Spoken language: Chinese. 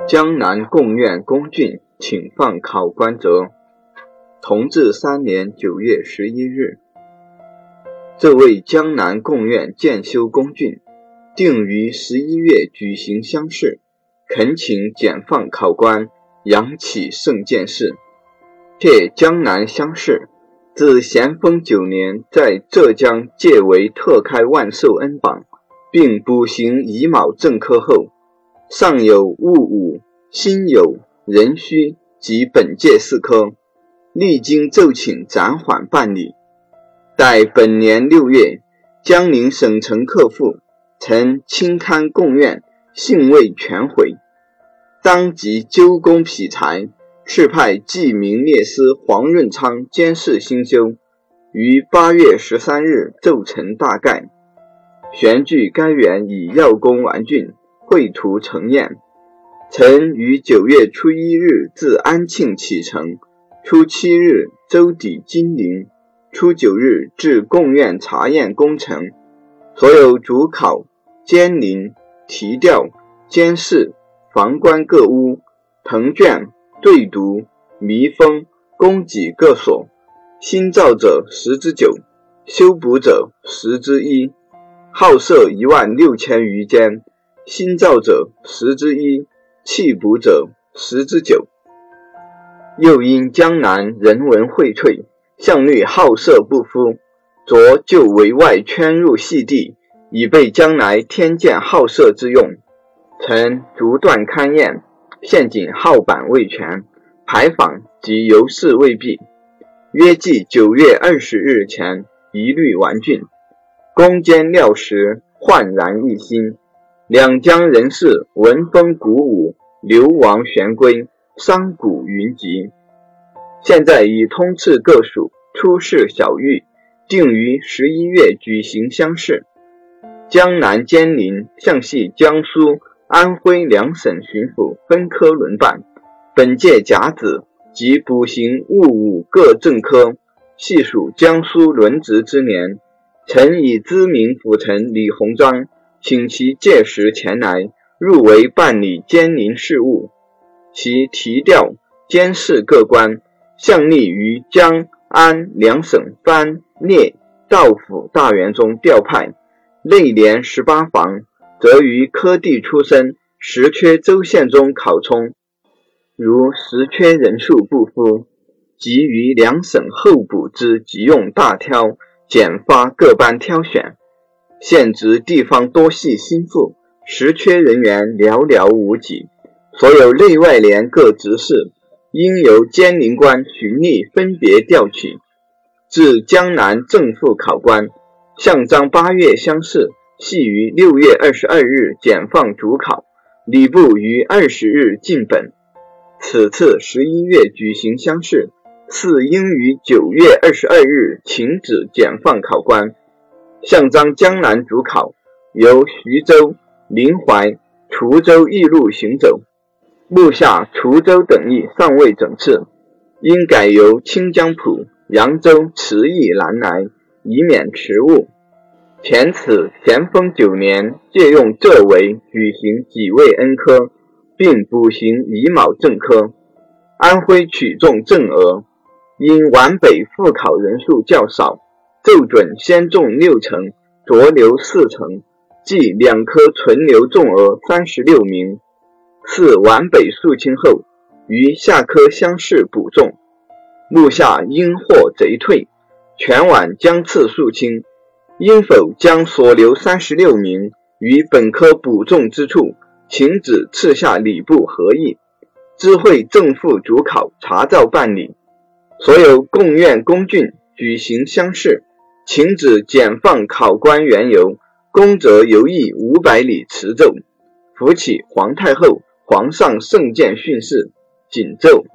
江南贡院龚俊请放考官折。同治3年9月11日，这位江南贡院建修龚俊，定于11月举行乡试，恳请检放考官杨启圣见试。借江南乡试，自咸丰9年在浙江界为特开万寿恩榜，并补行乙卯正科后，上有戊午、辛酉、壬戌及本届4科，历经奏请暂缓办理。待本年6月，江宁省城客户曾轻刊贡院，幸未全回，当即纠公匹裁，敕派记名列司黄润昌监视兴修，于8月13日奏成大概，悬据该园以要工完竣，绘图呈验。曾于9月初1日自安庆启程，初7日舟抵金陵，初9日至贡院查验工程，所有主考、监临、题调、监试、房官各屋、誊卷、对读、密封、供给各所，新造者10之9，修补者10之1，号设16000余间，新造者10之1，弃补者10之9。又因江南人文荟萃，项律好色不敷，着就围外圈入细地，以备将来天见好色之用。曾逐段勘验，现仅号板未全，牌坊及游饰未毕，约计9月20日前一律完竣。工监料实，焕然一新，两江人士闻风鼓舞，流亡旋归，商贾云集。现在已通斥各属，出示小谕，定于11月举行乡试。江南监临向系江苏、安徽两省巡抚分科轮办，本届甲子及补行戊午各正科，系属江苏轮值之年。曾以知名辅臣李鸿章请其届时前来，入围办理监临事务。其题调、监视各官，向立于江、安两省藩、聂、道府大员中调派，内联18房，则于科第出身，实缺州县中考充。如实缺人数不敷，即于两省候补之急用大挑，简发各班挑选。现值地方多系心腹，实缺人员寥寥无几，所有内外联各职事，应由监临官循例分别调取。至江南正副考官，项章8月乡试，系于6月22日检放主考，礼部于20日进本。此次11月举行乡试，似应于9月22日请旨检放考官。项章江南主考由徐州、临淮、滁州一路行走，目下滁州等役尚未整治，应改由清江浦、扬州池役南来，以免迟误。前此咸丰9年借用浙围举行己未恩科，并补行乙卯正科。安徽取中正额，因皖北复考人数较少，奏准先中6成，着留4成，即2科存留中额36名。自皖北肃清后，于下科乡试补中，目下因获贼退，全皖将次肃清，因否将所留36名于本科补中之处，请旨赐下礼部合议，知会正副主考查照办理。所有贡院龚俊举行乡试，请旨检放考官缘由，公则游诣500里持奏，扶起皇太后、皇上圣鉴训示，谨奏。